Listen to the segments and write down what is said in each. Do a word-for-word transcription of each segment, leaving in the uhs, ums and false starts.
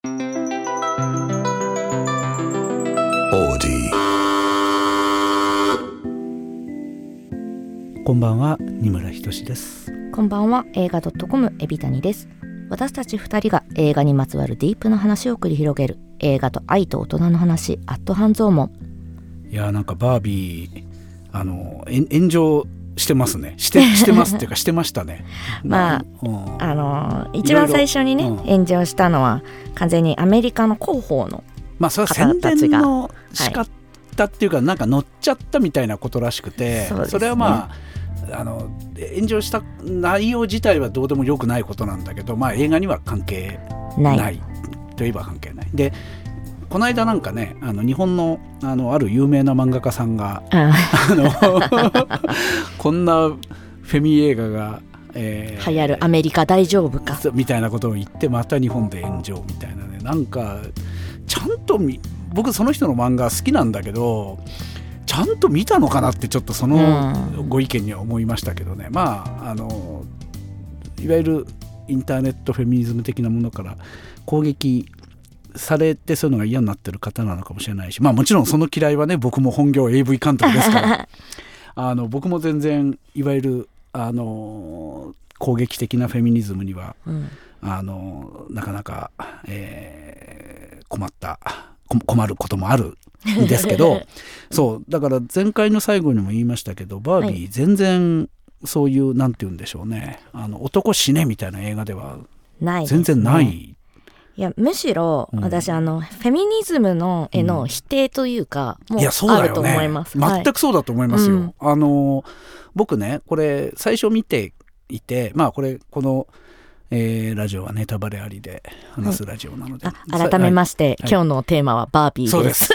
こんばんは、二村ひとしです。 こんばんは、映画 .com エビタニです。私たちふたりが映画にまつわるディープな話を繰り広げる映画と愛と大人の話、アット半蔵門。 いやー、なんかバービーあの炎上してますね。してしてますっていうかしてましたね。 まあ、うん、あの一番最初にね、うん、炎上したのは完全にアメリカの広報のまあそれは宣伝の仕方っていうか、はい、なんか乗っちゃったみたいなことらしくて、 そ,、ね、それはまああの炎上した内容自体はどうでもよくないことなんだけど、まあ、映画には関係ない、ないといえば関係ないで、この間なんかね、あの日本 の, あのある有名な漫画家さんがあのこんなフェミ映画が、 えー、流行るアメリカ大丈夫かみたいなことを言って、また日本で炎上みたいなね。なんかちゃんと僕その人の漫画好きなんだけど、ちゃんと見たのかなってちょっとそのご意見には思いましたけどね、うん、まああのいわゆるインターネットフェミニズム的なものから攻撃されて、そういうのが嫌になってる方なのかもしれないし、まあもちろんその嫌いはね、僕も本業 エーブイ 監督ですからあの僕も全然いわゆるあの攻撃的なフェミニズムには、うん、あのなかなか、えー、困った困ることもあるんですけどそうだから前回の最後にも言いましたけど、バービー全然そういう、はい、なんて言うんでしょうね、あの男死ねみたいな映画では全然ない、ね、 いやむしろ、うん、私あのフェミニズムのへの否定というか、うん、もうあると思います。 いやそうだよね、全くそうだと思いますよ、うん、あの僕ねこれ最初見ていて、まあこれこのえー、ラジオはネタバレありで話すラジオなので、 はい、改めまして、はい、今日のテーマはバービーです。 そうです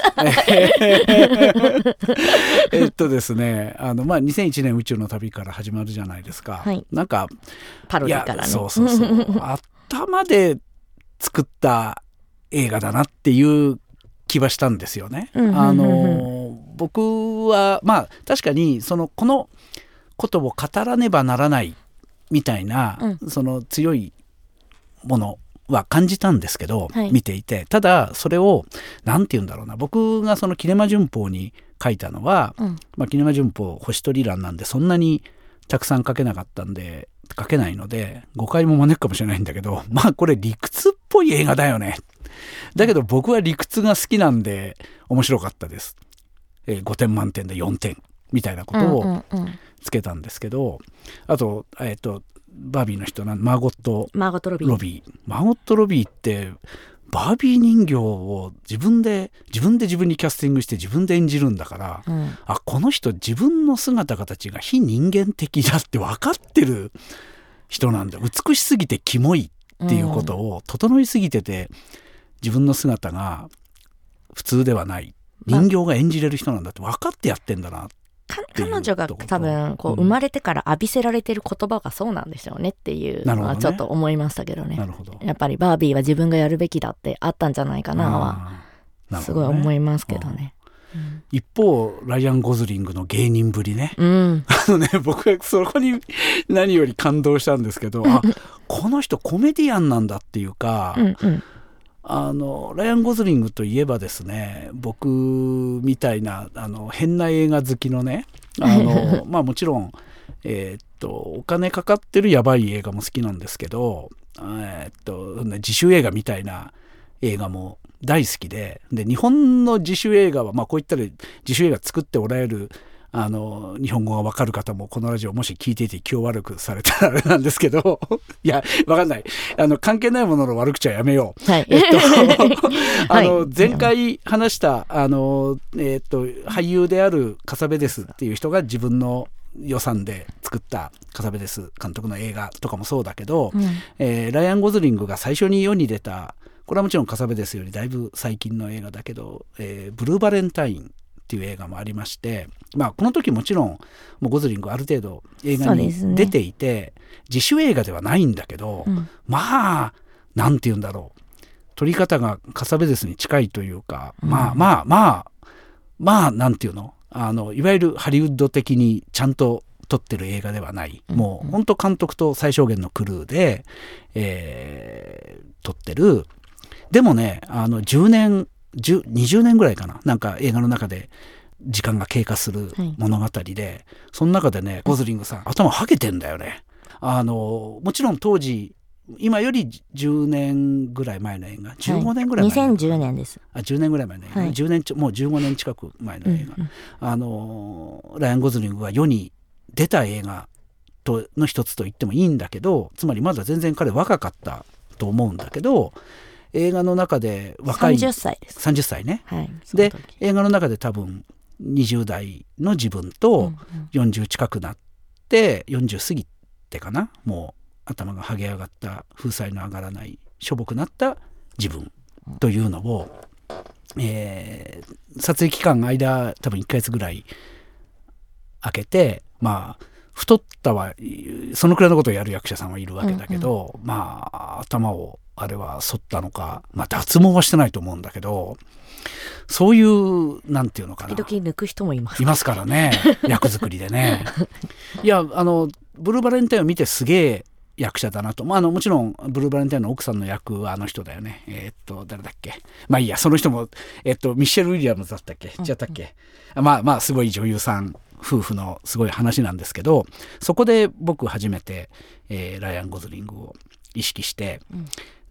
えっとですねあの、まあ、にせんいちねん宇宙の旅から始まるじゃないですか、はい、なんかパロディからね、 そうそうそう頭で作った映画だなっていう気はしたんですよね。あの僕はまあ確かにそのこのことを語らねばならないみたいな、うん、その強いものは感じたんですけど、はい、見ていて、ただそれをなんて言うんだろうな、僕がそのキネマ旬報に書いたのは、うんまあ、キネマ旬報星取り欄なんでそんなにたくさん書けなかったんで書けないので誤解も招くかもしれないんだけど、まあこれ理屈っぽい映画だよね。だけど僕は理屈が好きなんで面白かったです、えー、ごてん満点でよんてんみたいなことをつけたんですけど、うんうんうん、あと、えー、とバービーの人なんマーゴット・マーゴット・ロビーロビーマーゴット・ロビーってバービー人形を自分で自分で自分にキャスティングして自分で演じるんだから、うん、あこの人自分の姿形が非人間的だって分かってる人なんだ。美しすぎてキモいっていうことを、整いすぎてて自分の姿が普通ではない人形が演じれる人なんだって分かってやってんだな。 彼女が多分こう生まれてから浴びせられてる言葉がそうなんでしょうねっていうのはちょっと思いましたけどね。なるほど。やっぱりバービーは自分がやるべきだってあったんじゃないかなはすごい思いますけどね。うん、 一方ライアン・ゴズリングの芸人ぶりね、うん、あのね僕はそこに何より感動したんですけどあこの人コメディアンなんだっていうか、うんうんあのライアン・ゴズリングといえばですね、僕みたいなあの変な映画好きのねあの、まあ、もちろん、えー、っとお金かかってるやばい映画も好きなんですけど、えー、っと自主映画みたいな映画も大好きで、で日本の自主映画は、まあ、こういったら自主映画作っておられるあの日本語が分かる方もこのラジオもし聞いていて気を悪くされたらあれなんですけどいや分かんないあの関係ないものの悪口はやめよう、はいえっとあの前回話したあの、えっと、俳優であるカサベデスっていう人が自分の予算で作ったカサベデス監督の映画とかもそうだけど、うんえー、ライアン・ゴズリングが最初に世に出た、これはもちろんカサベデスよりだいぶ最近の映画だけど、えー、ブルーバレンタインっていう映画もありまして、まあ、この時もちろんもうゴズリングある程度映画に出ていて、ね、自主映画ではないんだけど、うん、まあなんて言うんだろう、撮り方がカサベデスに近いというか、うん、まあまあまあまあなんていうの、あのいわゆるハリウッド的にちゃんと撮ってる映画ではない、うん、もう本当監督と最小限のクルーで、えー、撮ってるでもねあのじゅうねんにじゅうねんぐらいかな、なんか映画の中で時間が経過する物語で、はい、その中でねゴズリングさん、うん、頭はげてんだよね。あのもちろん当時今よりじゅうねんぐらい前の映画、じゅうごねんぐらい前の映画、 はい、にせんじゅうねんです。 あじゅうねんぐらい前の映画、はい、じゅうねんちょもうじゅうごねん近く前の映画、うんうん、あのライアン・ゴズリングが世に出た映画との一つと言ってもいいんだけど、つまりまだ全然彼若かったと思うんだけど、映画の中で若いさんじゅっさいです。 さんじゅっさいね、 はい、 で映画の中で多分にじゅう代の自分とよんじゅう近くなって、うんうん、よんじゅう過ぎてかな、もう頭が剥げ上がった風采の上がらないしょぼくなった自分というのを、えー、撮影期間の間多分いっかげつぐらい空けて、まあ太ったはそのくらいのことをやる役者さんはいるわけだけど、うんうん、まあ頭をあれは剃ったのか、まあ脱毛はしてないと思うんだけど、そういうなんていうのかな、 時々抜く人もいますいますからね役作りでねいやあのブルーバレンタインを見てすげえ役者だなと、まあ、あのもちろんブルーバレンタインの奥さんの役はあの人だよね、えー、っと誰だっけ、まあいいや、その人も、えー、っとミッシェル・ウィリアムズだったっけ、違ったっけ、うんうん、まあまあすごい女優さん夫婦のすごい話なんですけど、そこで僕初めて、えー、ライアン・ゴズリングを意識して、うん、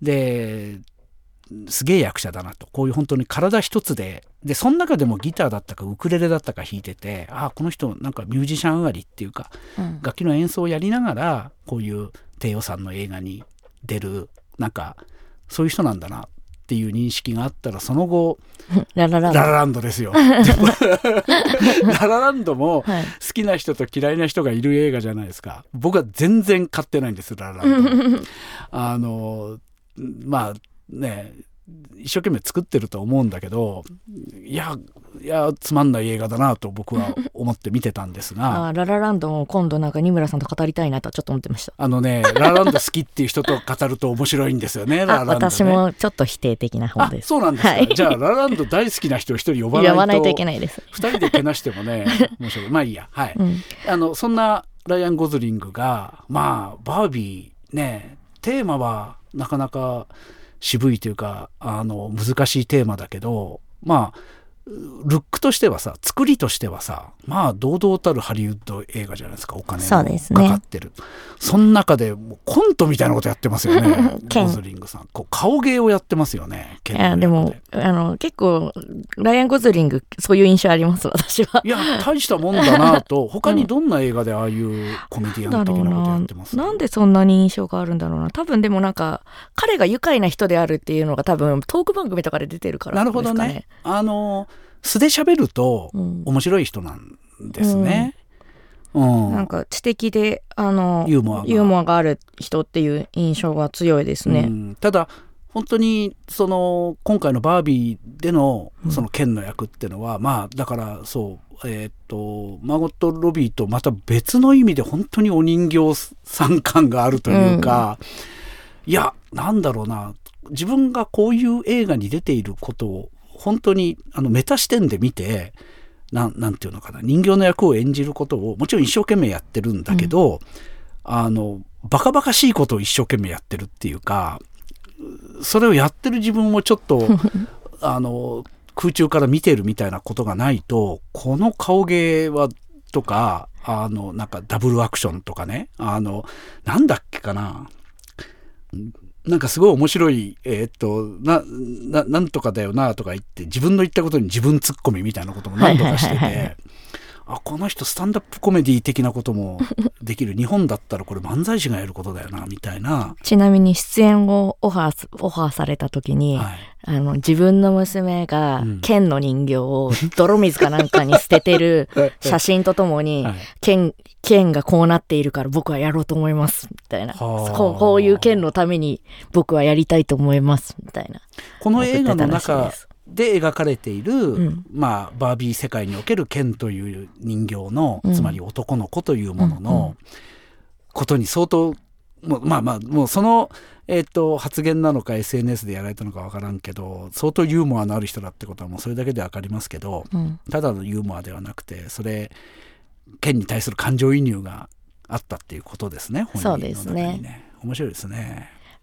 ですげえ役者だなと、こういう本当に体一つで、でその中でもギターだったかウクレレだったか弾いてて、ああこの人なんかミュージシャン上がりっていうか、うん、楽器の演奏をやりながらこういう低予算の映画に出る、なんかそういう人なんだなっていう認識があったら、その後ララランド、 ララランドですよララランドも好きな人と嫌いな人がいる映画じゃないですか。僕は全然買ってないんですララランドあのまあね一生懸命作ってると思うんだけど、いやいやつまんない映画だなと僕は思って見てたんですがあララランドも今度なんか二村さんと語りたいなとちょっと思ってました。 あのねララランド好きっていう人と語ると面白いんですよねララランドね。 私もちょっと否定的な方です。 あそうなんですか、はい、じゃあララランド大好きな人を一人呼ばないと呼ばないといけないです。 二人でけなしてもね面白い。まあいいや、はい、うん、あのそんなライアン・ゴズリングがまあバービーね、テーマはなかなか渋いというかあの難しいテーマだけど、まあルックとしてはさ、作りとしてはさ、まあ堂々たるハリウッド映画じゃないですか。お金がかかってる そ,、ね、その中でもうコントみたいなことやってますよねゴズリングさん。こう顔芸をやってますよね。 いやでもあの結構ライアン・ゴズリングそういう印象あります私は。 いや大したもんだなと他にどんな映画でああいうコメディアン的なことやってます、 うん、な, なんでそんなに印象があるんだろうな。多分でもなんか彼が愉快な人であるっていうのが多分トーク番組とかで出てるからですかね。 なるほどね。あの素で喋ると面白い人なんですね、 うんうん、なんか知的であのユーモアが、ユーモアがある人っていう印象が強いですね、うん、 ただ本当にその今回のバービーでのそのケンの役っていうのは、うん、まあだからそうえー、っとマーゴット・ロビーとまた別の意味で本当にお人形さん感があるというか、うん、いやなんだろうな、自分がこういう映画に出ていることを本当にあのメタ視点で見て な, なんていうのかな、人形の役を演じることをもちろん一生懸命やってるんだけど、うん、あのバカバカしいことを一生懸命やってるっていうか、それをやってる自分をちょっとあの空中から見てるみたいなことがないと、この顔芸はとかあのなんかダブルアクションとかね、あのなんだっけかな、なんかすごい面白い、えー、っとなななんとかだよなとか言って自分の言ったことに自分ツッコミみたいなことも何度かしてて、はいはいはいはい、あこの人スタンダップコメディ的なこともできる日本だったらこれ漫才師がやることだよなみたいな。 ちなみに出演をオファーオファーされた時に、はい、あの自分の娘が剣の人形を泥水かなんかに捨ててる写真とともに、はい、剣剣がこうなっているから僕はやろうと思いますみたいな、こう、こういう剣のために僕はやりたいと思いますみたいな。 この映画の中で描かれている、うん、まあ、バービー世界におけるケンという人形の、うん、つまり男の子というもののことに相当、もうまあまあもうその、えー、と発言なのか エスエヌエス でやられたのか分からんけど、相当ユーモアのある人だってことはもうそれだけで分かりますけど、うん、ただのユーモアではなくて、それケンに対する感情移入があったっていうことですね。本人の中にね。そうですね。面白いですね。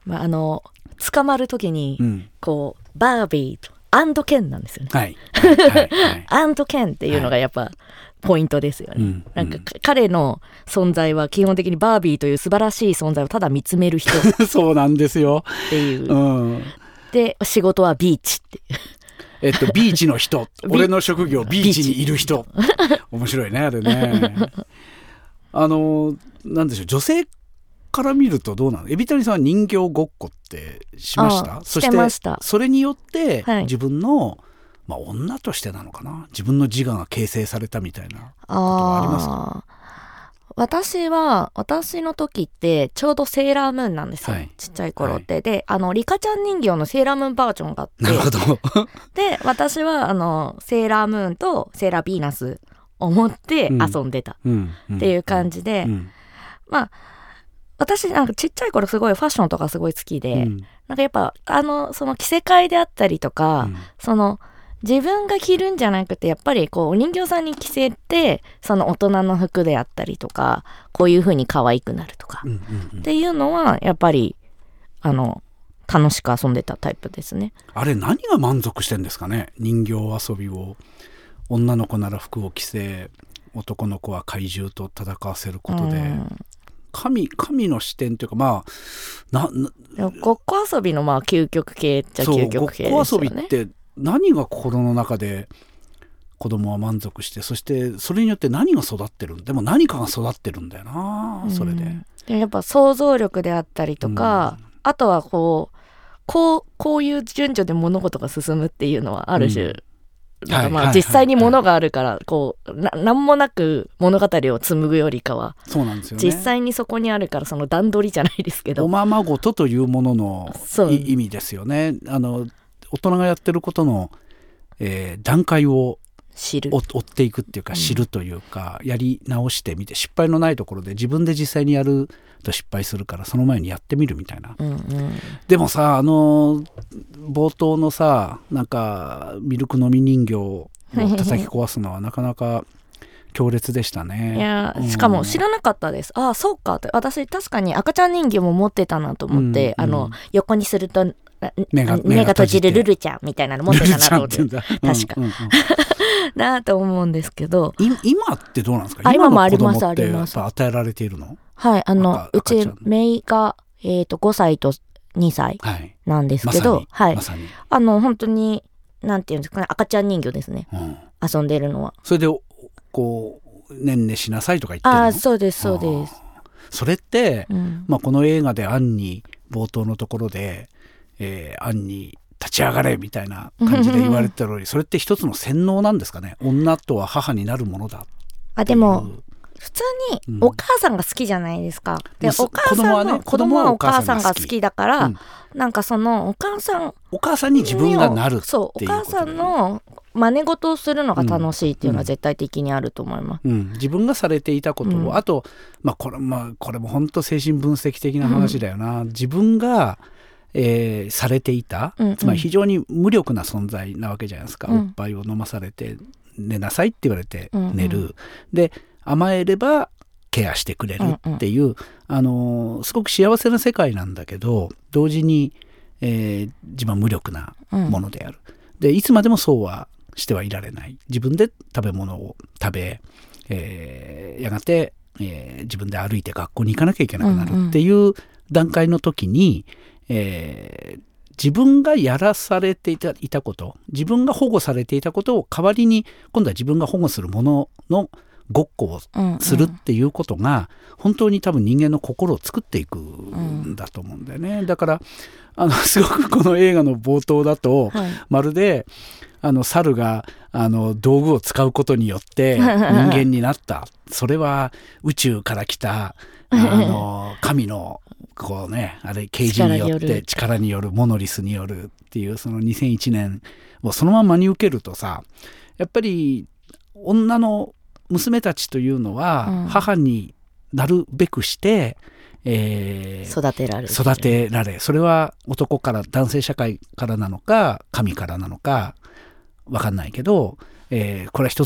まあ、あの捕まる時に、うん、こうバービーとアンドケンなんですよね。 はいはいはい、 アンドケンっていうのがやっぱポイントですよね。はい、なんか、うん、彼の存在は基本的にバービーという素晴らしい存在をただ見つめる人そうなんですよっていう、 うん、 で仕事はビーチっていうえっとビーチの人俺の職業ビーチにいる人面白いねあれねあのなんでしょう、女性から見るとどうなの？海老谷さんは人形ごっこってしました？ そしてました。 それによって、はい、自分の、まあ、女としてなのかな、自分の自我が形成されたみたいなことはありますか？ 私は私の時ってちょうどセーラームーンなんですよ、はい、ちっちゃい頃って、はい、であのリカちゃん人形のセーラームーンバージョンがあって、 なるほどで私はあのセーラームーンとセーラービーナスを持って遊んでたっていう感じで、うんうんうん、まあ私なんかちっちゃい頃すごいファッションとかすごい好きで、うん、なんかやっぱあのその着せ替えであったりとか、うん、その自分が着るんじゃなくてやっぱりこうお人形さんに着せてその大人の服であったりとかこういう風に可愛くなるとか、うんうんうん、っていうのはやっぱりあの楽しく遊んでたタイプですね。 あれ何が満足してんですかね、人形遊びを女の子なら服を着せ男の子は怪獣と戦わせることで、うん、神, 神の視点というかまあななごっこ遊びのまあ究極系っちゃ究極系ですよね。 ごっこ遊びって何が心の中で子供は満足して、そしてそれによって何が育ってるんでも何かが育ってるんだよな、それで、うん、 でやっぱ想像力であったりとか、うん、あとはこうこうこういう順序で物事が進むっていうのはある種、うんなんかまあ実際に物があるからこうな何もなく物語を紡ぐよりかはそうなんですよね、 実際にそこにあるからその段取りじゃないですけどおままごとというものの意味ですよね。あの大人がやってることの、えー、段階を知る追っていくっていうか知るというか、うん、やり直してみて失敗のないところで自分で実際にやると失敗するからその前にやってみるみたいな、うんうん、でもさあの冒頭のさなんかミルク飲み人形を叩き壊すのはなかなか強烈でしたね。 いやしかも知らなかったです、うん、ああそうかって。私確かに赤ちゃん人形も持ってたなと思って、うんうん、あの横にすると目が、目が閉じるルルちゃんみたいなの持ってたなと思って確か、うんうんうん、なと思うんですけど今ってどうなんですか？ 今の子供ってやっぱ与えられているの？ はいあのうち姪が、えー、とごさいとにさいなんですけど、はい、まさに、はい、あの本当になんていうんですかね赤ちゃん人形ですね、うん、遊んでるのは。 それでこうねんねしなさいとか言ってるの？ あそうですそうです。 それって、うんまあ、この映画でアンに冒頭のところでえー、アンに立ち上がれみたいな感じで言われてたのにそれって一つの洗脳なんですかね？女とは母になるものだ。 あでも普通にお母さんが好きじゃないですか、うん、でお母さんの子供はね子供はお母さんが好きだから、うん、なんかそのお母さんお母さんに自分がなるっていうこと、 そうお母さんの真似事をするのが楽しいっていうのは絶対的にあると思います、 うんうん、自分がされていたことを、うん、あと、まあこれまあ、これも本当精神分析的な話だよな、うん、自分がえー、されていた、うんうん、つまり非常に無力な存在なわけじゃないですか、うん、おっぱいを飲まされて寝なさいって言われて寝る、うんうん、で甘えればケアしてくれるっていう、うんうん、あのー、すごく幸せな世界なんだけど同時に、えー、自分は無力なものである、うん、でいつまでもそうはしてはいられない。自分で食べ物を食べ、えー、やがて、えー、自分で歩いて学校に行かなきゃいけなくなるっていう段階の時に、えー、自分がやらされてい た, いたこと自分が保護されていたことを代わりに今度は自分が保護するもののごっこをするっていうことが、うんうん、本当に多分人間の心を作っていくんだと思うんだよね、うん、だからあのすごくこの映画の冒頭だと、はい、まるであの猿があの道具を使うことによって人間になったそれは宇宙から来たあの神のこうねあれ啓示によって力によるモノリスによるっていうそのにせんいちねんをそのまま真に受けるとさやっぱり女の娘たちというのは母になるべくして、うんえー、 育てられる育てられそれは男から男性社会からなのか神からなのか分かんないけど、えー、これは一つの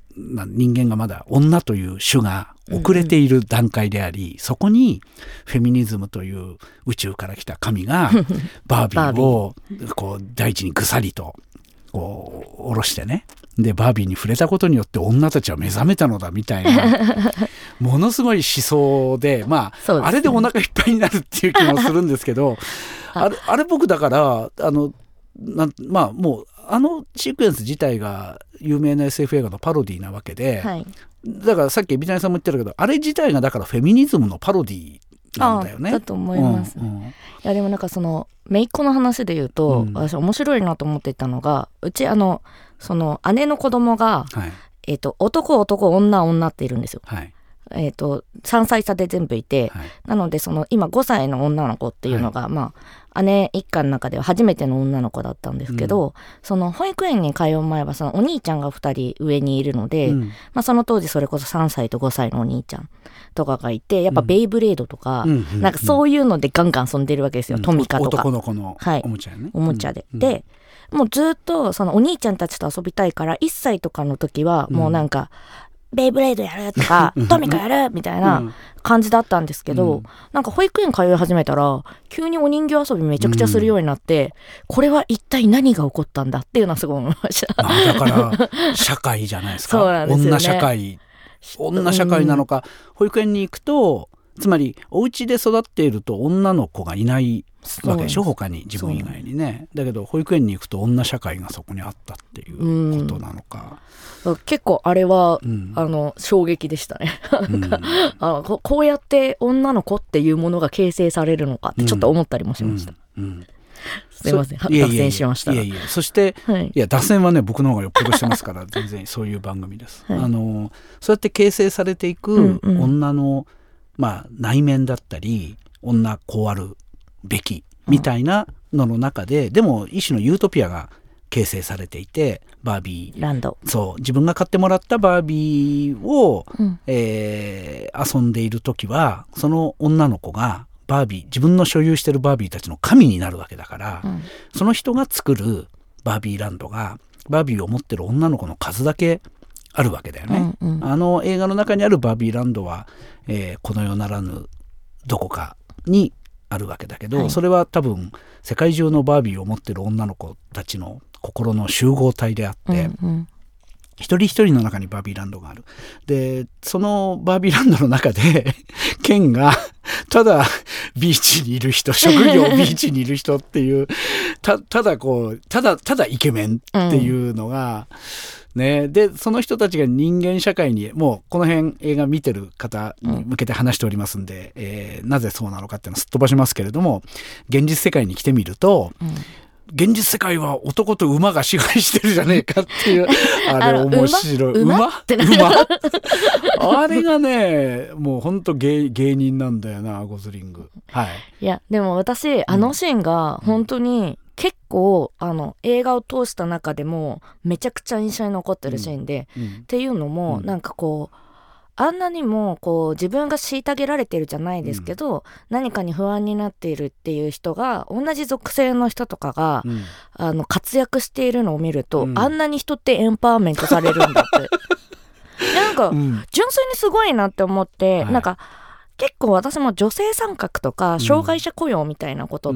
人間がまだ女という種が遅れている段階であり、うんうん、そこにフェミニズムという宇宙から来た神がバービーをこう大地にぐさりとこう下ろしてね、でバービーに触れたことによって女たちは目覚めたのだみたいなものすごい思想で、まあ、ね、あれでお腹いっぱいになるっていう気もするんですけどあれ、あれ僕だからあのなまあもうあのシークエンス自体が有名な エスエフ 映画のパロディなわけで、はい、だからさっき海老谷さんも言ってるけど、あれ自体がだからフェミニズムのパロディなんだよね。 だと思います、うんうん、いやでもなんかその姪っ子の話で言うと、うん、私面白いなと思っていたのが、うちあのその姉の子供が、はい、えーと、男男女女っているんですよ、はい、えーと、さんさい差で全部いて、はい、なのでその今ごさいの女の子っていうのが、はい、まあ姉一家の中では初めての女の子だったんですけど、うん、その保育園に通う前はそのお兄ちゃんがふたり上にいるので、うん、まあ、その当時それこそさんさいとごさいのお兄ちゃんとかがいて、やっぱベイブレードとか、うん、なんかそういうのでガンガン遊んでるわけですよ、うん、トミカとか男の子のおもちゃね、はい、 おもちゃで、うん、でもうずっとそのお兄ちゃんたちと遊びたいから、いっさいとかの時はもうなんか、うん、ベイブレードやるとかトミカやるみたいな感じだったんですけど、うん、なんか保育園通い始めたら急にお人形遊びめちゃくちゃするようになって、うん、これは一体何が起こったんだっていうのはすごい思いました。 あ、だから社会じゃないですか。そうなんですよね、女社会女社会なのか、うん、保育園に行くと、つまりお家で育っていると女の子がいないわけでしょ、他に自分以外にね。だけど保育園に行くと女社会がそこにあったっていうことなのか、 うん、結構あれは、うん、あの衝撃でしたねうん、あこ, こうやって女の子っていうものが形成されるのかってちょっと思ったりもしました、うんうんうん、すいません、脱線しました。 いやいや、そして、はい、いや脱線はね僕の方がよっぽどしてますから全然そういう番組です、はい、あのそうやって形成されていく女の、うんうん、まあ、内面だったり女こうあるべきみたいなのの中で、うん、でも一種のユートピアが形成されていて、バービーランド、 そう自分が買ってもらったバービーを、うん、えー、遊んでいる時はその女の子がバービー、自分の所有しているバービーたちの神になるわけだから、うん、その人が作るバービーランドがバービーを持ってる女の子の数だけあるわけだよね、うんうん、あの映画の中にあるバービーランドは、えー、この世ならぬどこかにあるわけだけど、はい、それは多分世界中のバービーを持ってる女の子たちの心の集合体であって、うんうん、一人一人の中にバービーランドがある。でそのバービーランドの中でケンがただビーチにいる人、職業ビーチにいる人っていう た, ただこうただただイケメンっていうのが、うんね、でその人たちが人間社会に、もうこの辺映画見てる方に向けて話しておりますんで、うん、えー、なぜそうなのかっていうのをすっ飛ばしますけれども、現実世界に来てみると、うん、現実世界は男と馬が支配してるじゃねえかっていうあれ面白い。 馬? 馬? って馬あれがねもうほんと 芸, 芸人なんだよな、ゴズリング。はい。 いやでも私あのシーンが本当に結構あの映画を通した中でもめちゃくちゃ印象に残ってるシーンで、うんうん、っていうのも、うん、なんかこうあんなにもこう自分が虐げられてるじゃないですけど、うん、何かに不安になっているっていう人が、同じ属性の人とかが、うん、あの活躍しているのを見ると、うん、あんなに人ってエンパワーメントされるんだってなんか、うん、純粋にすごいなって思って、はい、なんか結構私も女性参画とか障害者雇用みたいなことって、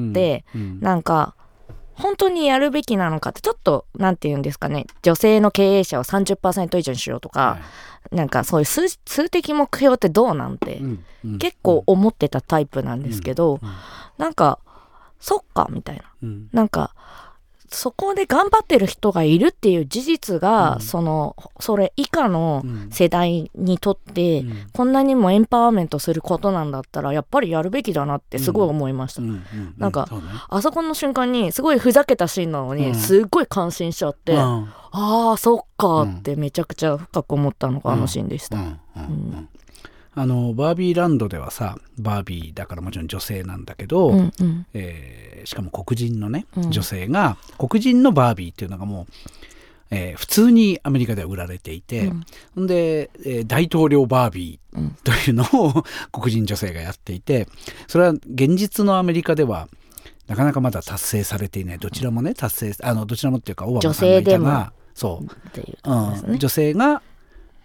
うんうん、なんか本当にやるべきなのかって、ちょっとなんて言うんですかね、女性の経営者を さんじゅっパーセント 以上にしようとか、はい、なんかそういう 数, 数的目標ってどうなんて、うんうん、結構思ってたタイプなんですけど、うんうん、なんかそっかみたいな、うん、なんかそこで頑張ってる人がいるっていう事実が、うん、そのそれ以下の世代にとって、うん、こんなにもエンパワーメントすることなんだったらやっぱりやるべきだなってすごい思いました、うんうんうん、なんか、うん、あそこの瞬間にすごいふざけたシーンなのに、うん、すっごい感心しちゃって、うん、ああそっかってめちゃくちゃ深く思ったのがあのシーンでした、うんうんうんうんあのバービーランドではさ、バービーだからもちろん女性なんだけど、うんうんえー、しかも黒人のね、うん、女性が黒人のバービーっていうのがもう、えー、普通にアメリカでは売られていて、うん、で、えー、大統領バービーというのを黒人女性がやっていて、それは現実のアメリカではなかなかまだ達成されていない。どちらもね達成あのどちらもっていうかオバマさんがいたがそうっていうことですね、うん、女性が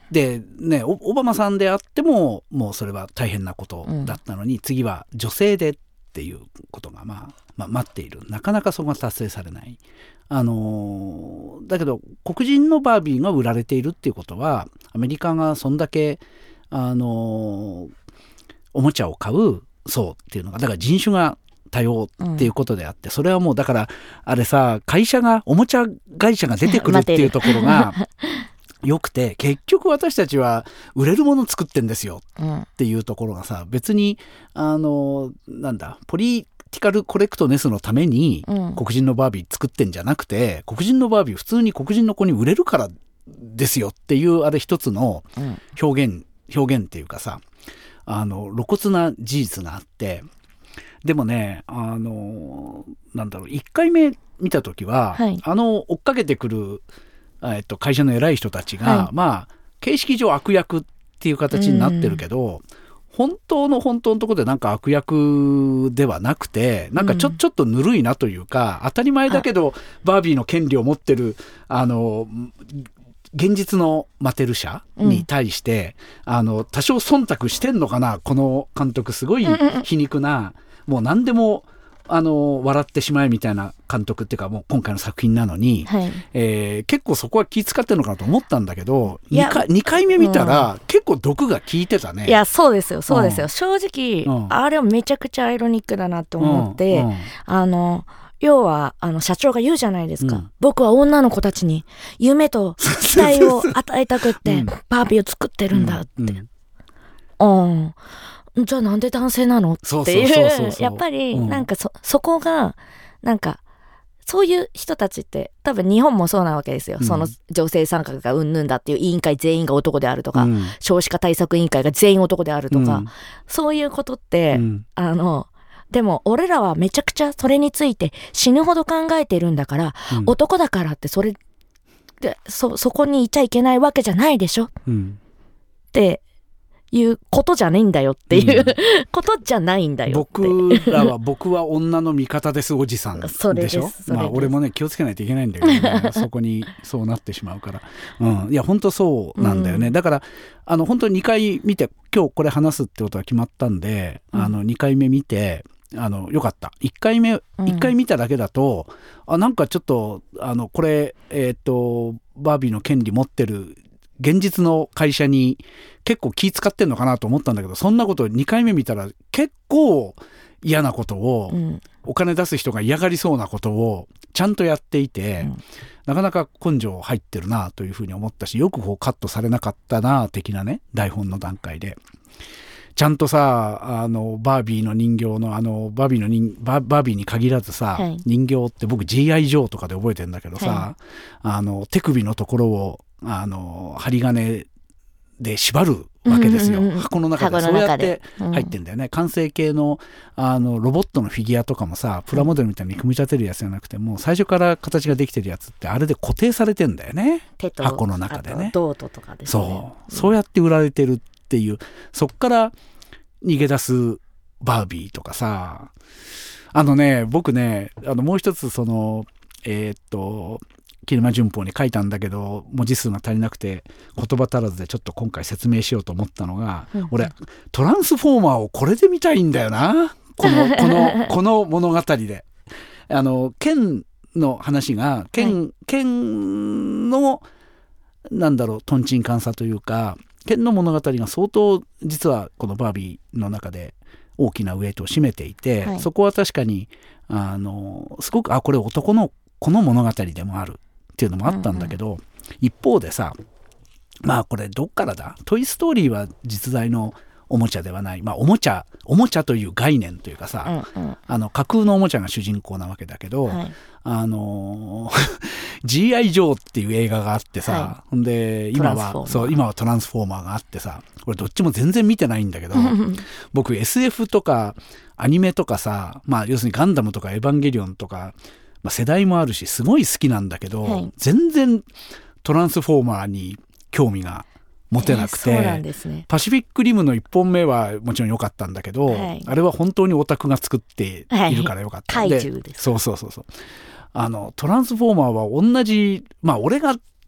でね、オバマさんであってももうそれは大変なことだったのに、うん、次は女性でっていうことが、まあ、まあ待っている。なかなかそこが達成されない。あのー、だけど黒人のバービーが売られているっていうことはアメリカがそんだけ、あのー、おもちゃを買う層っていうのが、だから人種が多様っていうことであって、うん、それはもうだからあれさ、会社がおもちゃ会社が出てくるっていうところがよくて、結局私たちは売れるもの作ってんですよっていうところがさ、別にあのなんだポリティカルコレクトネスのために黒人のバービー作ってんじゃなくて、黒人のバービー普通に黒人の子に売れるからですよっていうあれ一つの表現、表現っていうかさ、あの露骨な事実があって、でもね、あのなんだろう、いっかいめ見た時は、はい、あの追っかけてくる、えっと、会社の偉い人たちが、はい、まあ形式上悪役っていう形になってるけど、本当の本当のところでなんか悪役ではなくて、なんかちょ、うん、ちょっとぬるいなというか、当たり前だけどバービーの権利を持ってるあの現実のマテル社に対して、うん、あの多少忖度してんのかな、この監督。すごい皮肉な、もう何でもあの笑ってしまえみたいな監督っていうか、もう今回の作品なのに、はい、えー、結構そこは気遣ってるのかなと思ったんだけど、にかい、にかいめ見たら、うん、結構毒が効いてたね。 いやそうですよそうですよ、うん、正直、うん、あれはめちゃくちゃアイロニックだなと思って、うんうん、あの要はあの社長が言うじゃないですか、うん、僕は女の子たちに夢と期待を与えたくってバービーを作ってるんだって、うんうんうん、じゃあなんで男性なのっていうやっぱりなんか そ, そこがなんかそういう人たちって多分日本もそうなわけですよ、うん、その女性参画がうんぬんだっていう委員会全員が男であるとか、うん、少子化対策委員会が全員男であるとか、うん、そういうことって、うん、あのでも俺らはめちゃくちゃそれについて死ぬほど考えてるんだから、うん、男だからってそれで そ, そこにいちゃいけないわけじゃないでしょ、うん、っていうことじゃないんだよっていう、うん、ことじゃないんだよって。 僕らは僕は女の味方ですおじさんでしょ。それですまあ俺もね気をつけないといけないんだけど、ね、そこにそうなってしまうから、うん、いや本当そうなんだよね、うん、だからあの本当ににかい見て今日これ話すってことは決まったんで、うん、あのにかいめ見てあのよかった。いっかいめ、うん、いっかい見ただけだとあなんかちょっとあのこれえっとバービーの権利持ってる現実の会社に結構気使ってんのかなと思ったんだけど、そんなことにかいめ見たら結構嫌なことを、うん、お金出す人が嫌がりそうなことをちゃんとやっていて、うん、なかなか根性入ってるなというふうに思ったし、よくこうカットされなかったな的なね、台本の段階でちゃんとさ、あのバービーの人形のあのバービーの人バー、バービーに限らずさ、はい、人形って僕 ジーアイ ジョーとかで覚えてるんだけどさ、はい、あの手首のところをあの針金で縛るわけですよ、うんうんうん、箱の中でそうやって入ってんだよね、うん、完成形 の, あのロボットのフィギュアとかもさ、プラモデルみたいに組み立てるやつじゃなくて、もう最初から形ができてるやつってあれで固定されてんだよね、手と箱の中でね、 ドートとかですね、 そう、そうやって売られてるっていう、そっから逃げ出すバービーとかさ、あのね僕ねあのもう一つそのえー、っとキルマ旬報に書いたんだけど文字数が足りなくて言葉足らずでちょっと今回説明しようと思ったのが、うんうん、俺トランスフォーマーをこれで見たいんだよな、このこのこの物語で。あのケンの話がケン、はい、ケンのなんだろうトンチンカンさというか、ケンの物語が相当実はこのバービーの中で大きなウエイトを占めていて、はい、そこは確かにあのすごくあこれ男のこの物語でもあるっていうのもあったんだけど、うんうん、一方でさ、まあこれどっからだ、トイストーリーは実在のおもちゃではない、まあおもちゃおもちゃという概念というかさ、うんうん、あの架空のおもちゃが主人公なわけだけど、はい、あの ジーアイ ジョーっていう映画があってさ、はい、で今はそう今はトランスフォーマーがあってさ、これどっちも全然見てないんだけど僕 エスエフ とかアニメとかさ、まあ要するにガンダムとかエヴァンゲリオンとか、まあ、世代もあるしすごい好きなんだけど、はい、全然トランスフォーマーに興味が持てなくて、えーそうなんですね、パシフィックリムのいっぽんめはもちろん良かったんだけど、はい、あれは本当にオタクが作っているから良かったんで、 はい、怪獣です。 そうそうそうそう、あのトランスフォーマーは同じ、まあ俺が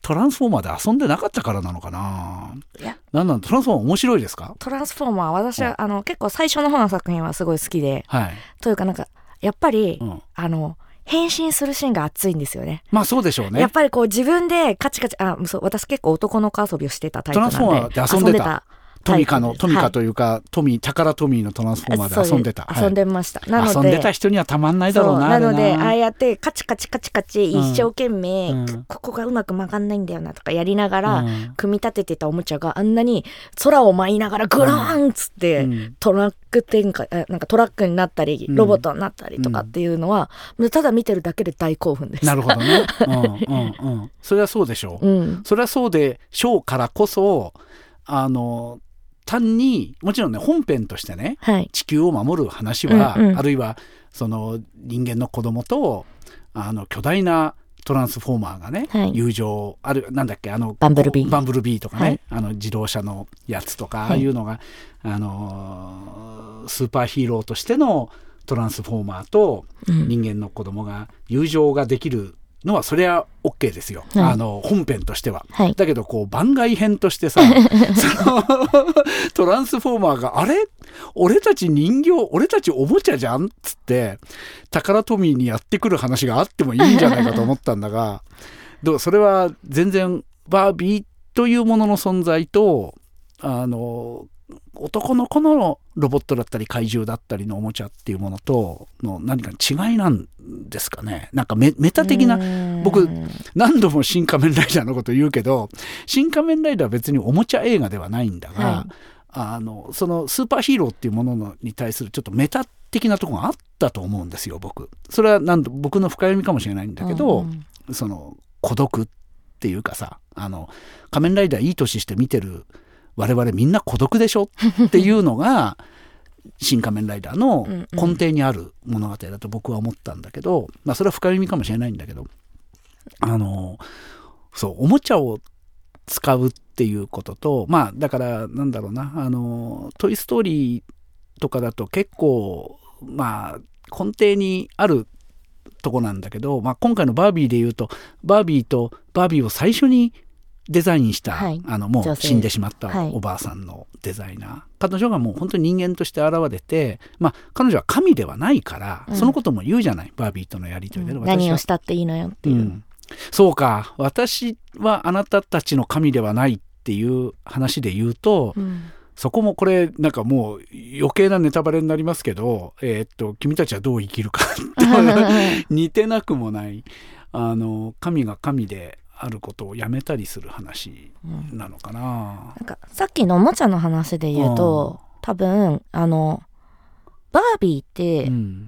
トランスフォーマーで遊んでなかったからなのかな。いや、なんなんトランスフォーマー面白いですか？ トランスフォーマー私はあの結構最初の方の作品はすごい好きで、はい、というかなんかやっぱり、うん、あの変身するシーンが熱いんですよね。 まあそうでしょうね。 やっぱりこう自分でカチカチ、あ、そう、私結構男の子遊びをしてたタイプなんで。 トランスフォーマーで遊んでた。トミカのトミカというか、はい、トミタカラトミーのトランスフォーマーで遊んでた、 遊んでました、はい、なので遊んでた人にはたまんないだろうな。 なのでああやってカチカチカチカチ一生懸命、うん、ここがうまく曲がんないんだよなとかやりながら、うん、組み立ててたおもちゃがあんなに空を舞いながらグラーンっつって、うん、トラック展開、なんかトラックになったりロボットになったりとかっていうのは、うん、ただ見てるだけで大興奮です。 なるほどね、うんうんうん、それはそうでしょう、うん、それはそうでしょうからこそ、あの単にもちろんね本編としてね、はい、地球を守る話は、うんうん、あるいはその人間の子供とあの巨大なトランスフォーマーがね、はい、友情あるなんだっけあのバンブルビーバンブルビーとかね、はい、あの自動車のやつとか、はい、ああいうのがあのスーパーヒーローとしてのトランスフォーマーと人間の子供が友情ができるのはそれは OK ですよ、はい、あの本編としては、はい、だけどこう番外編としてさそのトランスフォーマーがあれ俺たち人形俺たちおもちゃじゃんっつってタカラトミーにやってくる話があってもいいんじゃないかと思ったんだがどうそれは全然バービーというものの存在とあの男の子のロボットだったり怪獣だったりのおもちゃっていうものとの何か違いなんですかね。なんか メ, メタ的な僕何度も新仮面ライダーのこと言うけど新仮面ライダーは別におもちゃ映画ではないんだが、はい、あのそのスーパーヒーローっていうもののに対するちょっとメタ的なところがあったと思うんですよ僕。それは何度僕の深読みかもしれないんだけど、うん、その孤独っていうかさあの仮面ライダーいい年して見てる我々みんな孤独でしょっていうのが新仮面ライダーの根底にある物語だと僕は思ったんだけど、まあそれは深読みかもしれないんだけどあのそうおもちゃを使うっていうこととまあだからなんだろうなあのトイストーリーとかだと結構まあ根底にあるとこなんだけど、まあ、今回のバービーでいうとバービーとバービーを最初にデザインした、はい、あのもう死んでしまったおばあさんのデザイナー、はい、彼女がもう本当に人間として現れて、まあ、彼女は神ではないから、うん、そのことも言うじゃないバービーとのやり取りで、 うん、何をしたっていいのよっていう、うん、 そうか私はあなたたちの神ではないっていう話で言うと、うん、そこもこれなんかもう余計なネタバレになりますけど、えー、っと君たちはどう生きるか似てなくもないあの神が神であることをやめたりする話なのかな、うん、 なんかさっきのおもちゃの話で言うと、うん、多分あのバービーって、うん、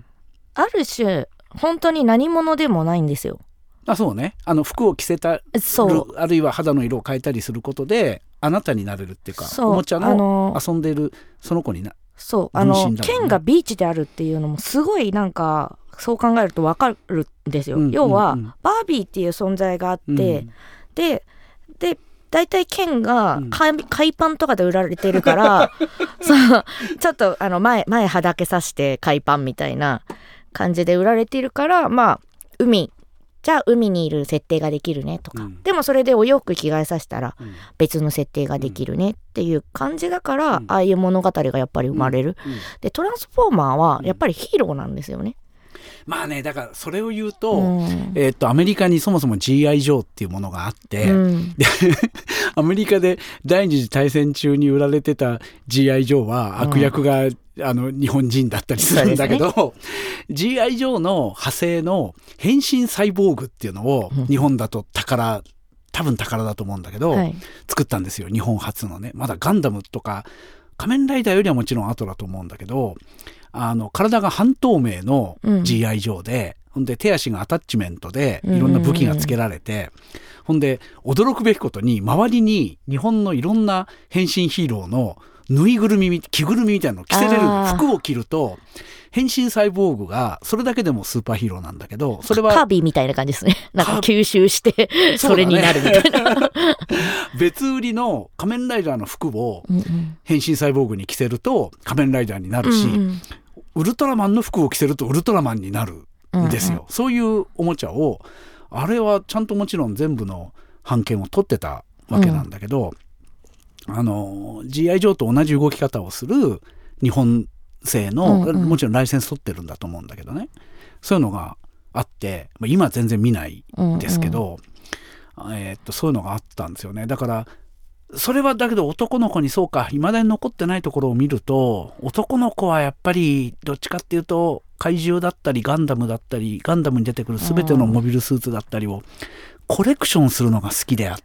ある種本当に何者でもないんですよ。 あそうねあの服を着せたそうあるいは肌の色を変えたりすることであなたになれるっていうかおもちゃの遊んでいるその子になそうあの剣がビーチであるっていうのもすごいなんかそう考えると分かるんですよ、うんうんうん、要はバービーっていう存在があって、うん、でで大体剣が海パンとかで売られてるから、うん、そうちょっとあの 前, 前はだけさして海パンみたいな感じで売られてるからまあ海じゃあ海にいる設定ができるねとか、うん、でもそれでお洋服着替えさせたら別の設定ができるねっていう感じだから、うん、ああいう物語がやっぱり生まれる、うんうん、でトランスフォーマーはやっぱりヒーローなんですよね。 まあねだからそれを言うと、うんえー、っとアメリカにそもそも ジーアイ ジョーっていうものがあって、うん、でアメリカで第二次大戦中に売られてた ジーアイ ジョーは悪役が、うん、あの日本人だったりするんだけど、ね、ジーアイ ジョーの派生の変身サイボーグっていうのを、うん、日本だと宝多分宝だと思うんだけど、はい、作ったんですよ日本初のね。まだガンダムとか仮面ライダーよりはもちろん後だと思うんだけどあの体が半透明の ジーアイ ジョーで、うん、ほんで手足がアタッチメントでいろんな武器がつけられて、うんうんうん、ほんで驚くべきことに周りに日本のいろんな変身ヒーローのぬいぐるみ着ぐるみみたいなのを着せれる服を着ると変身サイボーグがそれだけでもスーパーヒーローなんだけどそれはカービィみたいな感じですね。なんか吸収してそれになるみたいな別売りの仮面ライダーの服を変身サイボーグに着せると仮面ライダーになるし、うんうんウルトラマンの服を着せるとウルトラマンになるんですよ、うんうん、そういうおもちゃをあれはちゃんともちろん全部の版権を取ってたわけなんだけど、うん、あの ジーアイ ジョーと同じ動き方をする日本製の、うんうん、もちろんライセンス取ってるんだと思うんだけどね、そういうのがあって、今は全然見ないですけど、うんうん、えー、っとそういうのがあったんですよね。だからそれはだけど男の子にそうか、未だに残ってないところを見ると、男の子はやっぱりどっちかっていうと怪獣だったりガンダムだったり、ガンダムに出てくる全てのモビルスーツだったりをコレクションするのが好きであって、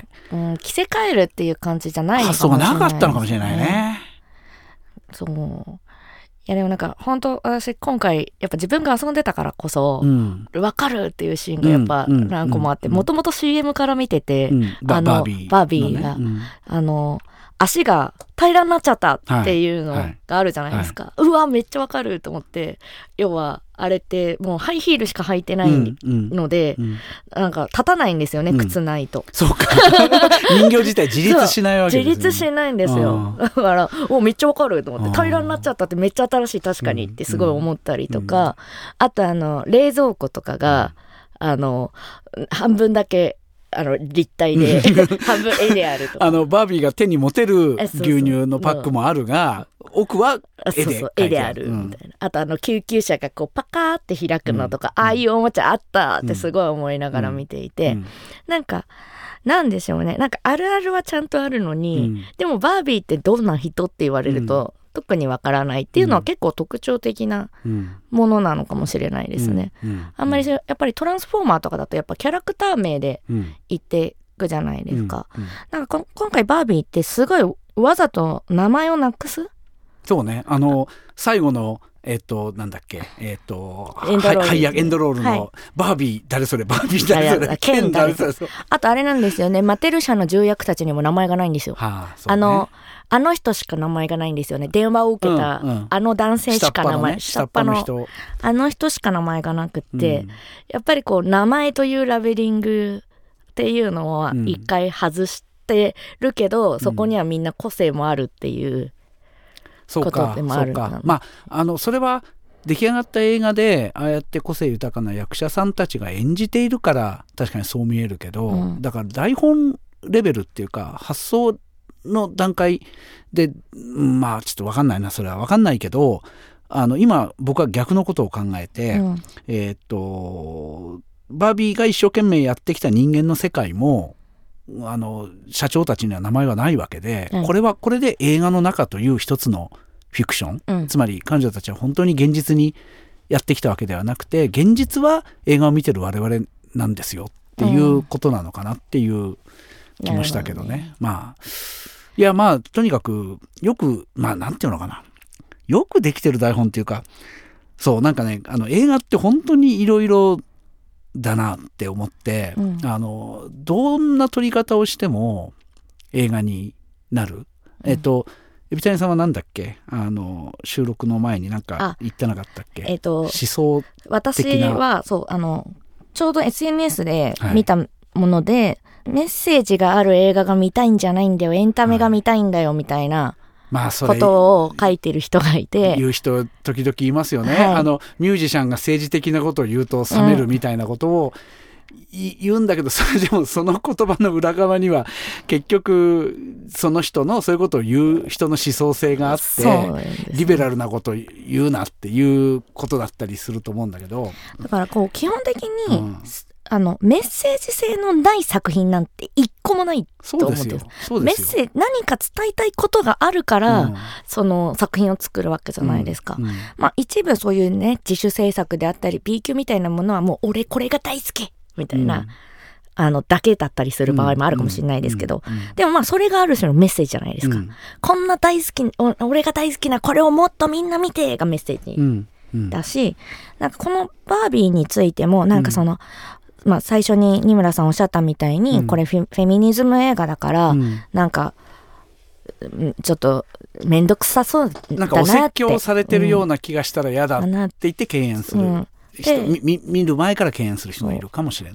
うん、着せ替えるっていう感じじゃないのかもしれない、 発想がなかったのかもしれないね。 そういやでもなんか本当私今回やっぱ自分が遊んでたからこそ、うん、分かるっていうシーンがやっぱ何個もあって、もともと シーエム から見てて、うん、あのバービー、バービーが、ね、うん、あの足が平らになっちゃったっていうのがあるじゃないですか、はいはい、うわめっちゃ分かると思って、要はあれってもうハイヒールしか履いてないので、うんうん、なんか立たないんですよね、うん、靴ないと。 そうか人形自体自立しないわけですよね。自立しないんですよ。だからおめっちゃ分かると思って、平らになっちゃったってめっちゃ新しい、確かにってすごい思ったりとか、うんうん、あとあの冷蔵庫とかが、うん、あの半分だけあの立体で半分絵であるとかあのバービーが手に持てる牛乳のパックもあるが、奥は絵でそうそう絵であるみたいな、うん、あとあの救急車がこうパカーって開くのとか、うん、ああいうおもちゃあったってすごい思いながら見ていて、うん、なんかなんでしょうね、なんかあるあるはちゃんとあるのに、うん、でもバービーってどんな人って言われると、うん、特にわからないっていうのは結構特徴的なものなのかもしれないですね、うんうんうん、あんまりやっぱりトランスフォーマーとかだとやっぱキャラクター名で言っていくじゃないですか、うんうん、なんか今回バービーってすごいわざと名前をなくす。 そうね、あの最後のえっとなんだっけえっとエンドロール、はい、エンドロールの、はい、バービー誰それバービー誰それケン誰それ。あとあれなんですよね、マテル社の重役たちにも名前がないんですよ、はあそうね、あのあの人しか名前がないんですよね。電話を受けた、うんうん、あの男性しか名前、下っ端の、ね、下っ端の人、あの人しか名前がなくって、うん、やっぱりこう名前というラベリングっていうのは一回外してるけど、うん、そこにはみんな個性もあるっていうことでもあるかな。 そうか、まああのそれは出来上がった映画でああやって個性豊かな役者さんたちが演じているから確かにそう見えるけど、うん、だから台本レベルっていうか発想の段階で、まあちょっと分かんないな、それは分かんないけど、あの今僕は逆のことを考えて、うん、えー、っとバービーが一生懸命やってきた人間の世界もあの社長たちには名前はないわけで、うん、これはこれで映画の中という一つのフィクション、うん、つまり彼女たちは本当に現実にやってきたわけではなくて、現実は映画を見てる我々なんですよっていうことなのかなっていう気もしたけどね、うん、まあいやまあとにかくよくまあなんていうのかな、よくできてる台本っていうか、そうなんかね、あの映画って本当にいろいろだなって思って、うん、あのどんな撮り方をしても映画になる、うん、えっとエビタニさんはなんだっけ、あの収録の前になんか言ってなかったっけ、 えっと、 思想的な。 私はそうあのちょうど エスエヌエス で見たもので、はい、メッセージがある映画が見たいんじゃないんだよ、エンタメが見たいんだよみたいな、はい、まあ、それことを書いてる人がいて、 言う人時々いますよね、はい、あのミュージシャンが政治的なことを言うと冷めるみたいなことを、うん、言うんだけど、それでもその言葉の裏側には結局その人のそういうことを言う人の思想性があって、ね、リベラルなことを言うなっていうことだったりすると思うんだけど、 だからこう基本的に、うん、あのメッセージ性のない作品なんて一個もないと思うんです。そうですよ。そうですよ。メッセージ、何か伝えたいことがあるから、うん、その作品を作るわけじゃないですか、うんうん、まあ一部そういうね自主制作であったり B 級みたいなものはもう俺これが大好きみたいな、うん、あのだけだったりする場合もあるかもしれないですけど、うんうんうん、でもまあそれがある種のメッセージじゃないですか、うん、こんな大好き、俺が大好きなこれをもっとみんな見てがメッセージ、うんうん、だし、なんかこのバービーについてもなんかその、うんまあ、最初に二村さんおっしゃったみたいに、うん、これフェ、フェミニズム映画だから、うん、なんかちょっと面倒くさそうだなって、 なんかお説教されてるような気がしたら嫌だって言って敬遠する、うん、人、見る前から敬遠する人もいるかもしれない。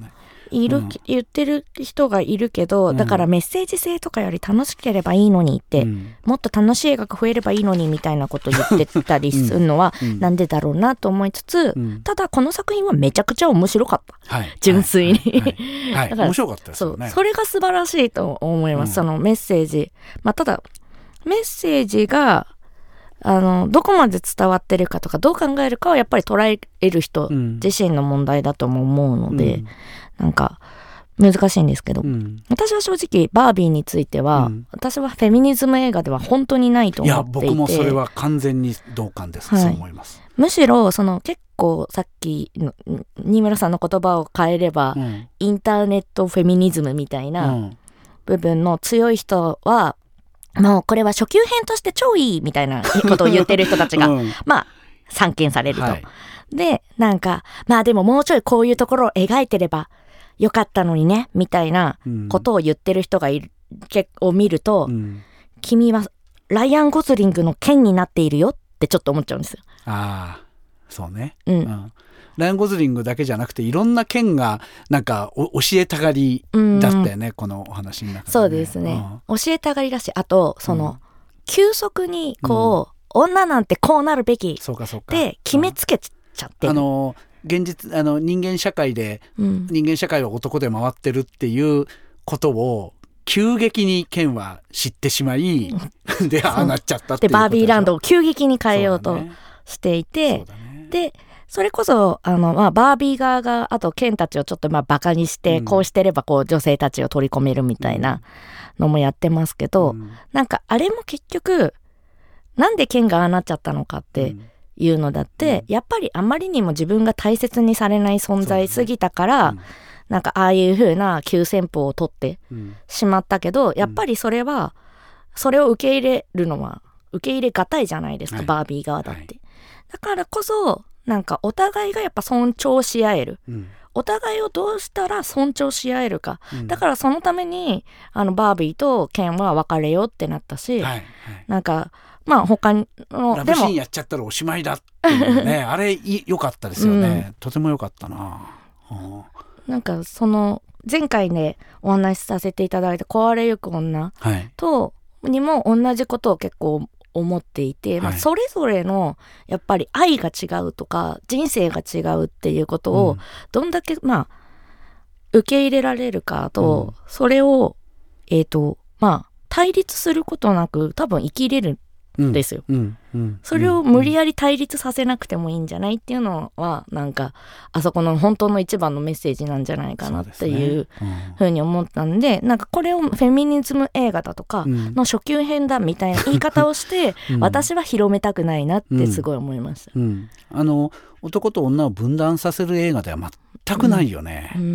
いる、うん、言ってる人がいるけど、うん、だからメッセージ性とかより楽しければいいのにって、うん、もっと楽しい映画が増えればいいのにみたいなこと言ってたりするのはなんでだろうなと思いつつ、うん、ただこの作品はめちゃくちゃ面白かった、はい、純粋に、はいはいはい、だから面白かったですよね。 そう、それが素晴らしいと思います、うん、そのメッセージ、まあ、ただメッセージがあのどこまで伝わってるかとかどう考えるかはやっぱり捉える人自身の問題だとも思うので、うん、なんか難しいんですけど、うん、私は正直バービーについては、うん、私はフェミニズム映画では本当にないと思っていて、いや僕もそれは完全に同感です、はい、そう思います。 むしろその結構さっきの新村さんの言葉を変えれば、うん、インターネットフェミニズムみたいな部分の強い人はもうこれは初級編として超いいみたいなことを言ってる人たちが、うん、まあ散見されると、はい、でなんかまあでももうちょいこういうところを描いてればよかったのにねみたいなことを言ってる人がいる、うん、を見ると、うん、君はライアン・ゴズリングの剣になっているよってちょっと思っちゃうんですよ。 ああそうね、うんうん、ライアン・ゴズリングだけじゃなくていろんな剣がなんか教えたがりだったよね、うん、このお話の中で、ね、 そうですね、うん、教えたがりだし、あとその、うん、急速にこう、うん、女なんてこうなるべきって決めつけちゃってる、 あの現実あの人間社会で、うん、人間社会は男で回ってるっていうことを急激に剣は知ってしまいでああなっちゃったっていうことでバービーランドを急激に変えようとしていて、そうだね、でそれこそあの、まあ、バービー側があとケンたちをちょっとまあバカにして、うん、こうしてればこう女性たちを取り込めるみたいなのもやってますけど、うん、なんかあれも結局なんでケンがああなっちゃったのかっていうのだって、うん、やっぱりあまりにも自分が大切にされない存在すぎたから、ね、うん、なんかああいう風な急先鋒を取ってしまったけど、うん、やっぱりそれはそれを受け入れるのは受け入れがたいじゃないですか、はい、バービー側だって、はい、だからこそなんかお互いがやっぱ尊重し合える、うん、お互いをどうしたら尊重し合えるか、うん、だからそのためにあのバービーとケンは別れようってなったし、はいはい、なんかまあ他のラブシーンやっちゃったらおしまいだっていうねあれ良かったですよね、うん、とても良かったな、うん、 なんかその前回ねお話しさせていただいた壊れゆく女とにも同じことを結構思っていて、はい、まあ、それぞれのやっぱり愛が違うとか人生が違うっていうことをどんだけまあ受け入れられるかと、うん、それをえっとまあ対立することなく多分生きれるんですよ、うんうんうん、それを無理やり対立させなくてもいいんじゃないっていうのはなんかあそこの本当の一番のメッセージなんじゃないかなっていうふうに思ったんで、なんかこれをフェミニズム映画だとかの初級編だみたいな言い方をして、うん、私は広めたくないなってすごい思いました、うんうん、 あの男と女を分断させる映画では全くないよね、うんうん、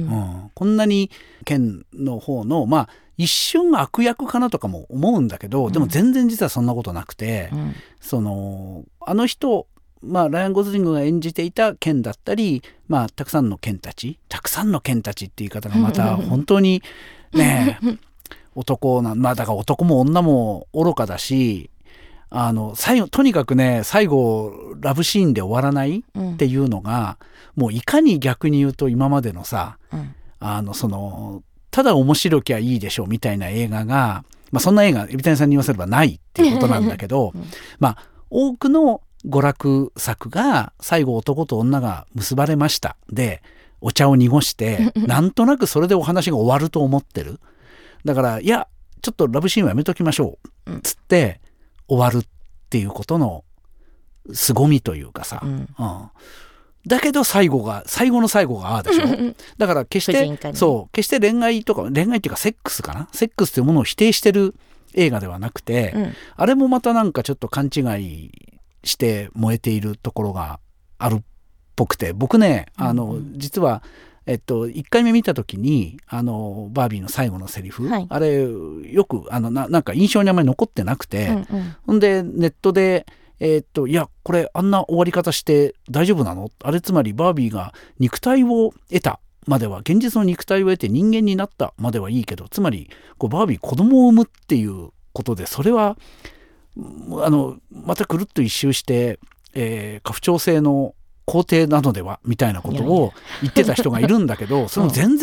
こんなに剣の方のまあ一瞬悪役かなとかも思うんだけど、うん、でも全然実はそんなことなくて、うん、そのあの人、まあ、ライアン・ゴズリングが演じていたケンだったり、まあ、たくさんのケンたちたくさんのケンたちっていう言い方がまた本当にね男な、まあだから男も女も愚かだし、あの最後とにかくね最後ラブシーンで終わらないっていうのが、うん、もういかに逆に言うと今までのさ、うん、あのそのただ面白きゃいいでしょみたいな映画が、まあ、そんな映画海谷さんに言わせればないっていうことなんだけど、うん、まあ多くの娯楽作が最後男と女が結ばれましたでお茶を濁してなんとなくそれでお話が終わると思ってる。だからいやちょっとラブシーンはやめときましょうっつって終わるっていうことの凄みというかさ、うんうん、だけど最後が最後の最後がああでしょだから決してそう決して恋愛とか恋愛っていうかセックスかなセックスというものを否定してる映画ではなくて、うん、あれもまたなんかちょっと勘違いして燃えているところがあるっぽくて、僕ねあの、うん、実はえっと、いっかいめ見た時にあのバービーの最後のセリフ、はい、あれよくあの な, なんか印象にあんまり残ってなくて、うんうん、ほんでネットでえー、っといやこれあんな終わり方して大丈夫なの、あれつまりバービーが肉体を得たまでは現実の肉体を得て人間になったまではいいけど、つまりこうバービー子供を産むっていうことでそれはあのまたくるっと一周して、えー、家父長制の皇帝なのではみたいなことを言ってた人がいるんだけどそれも全然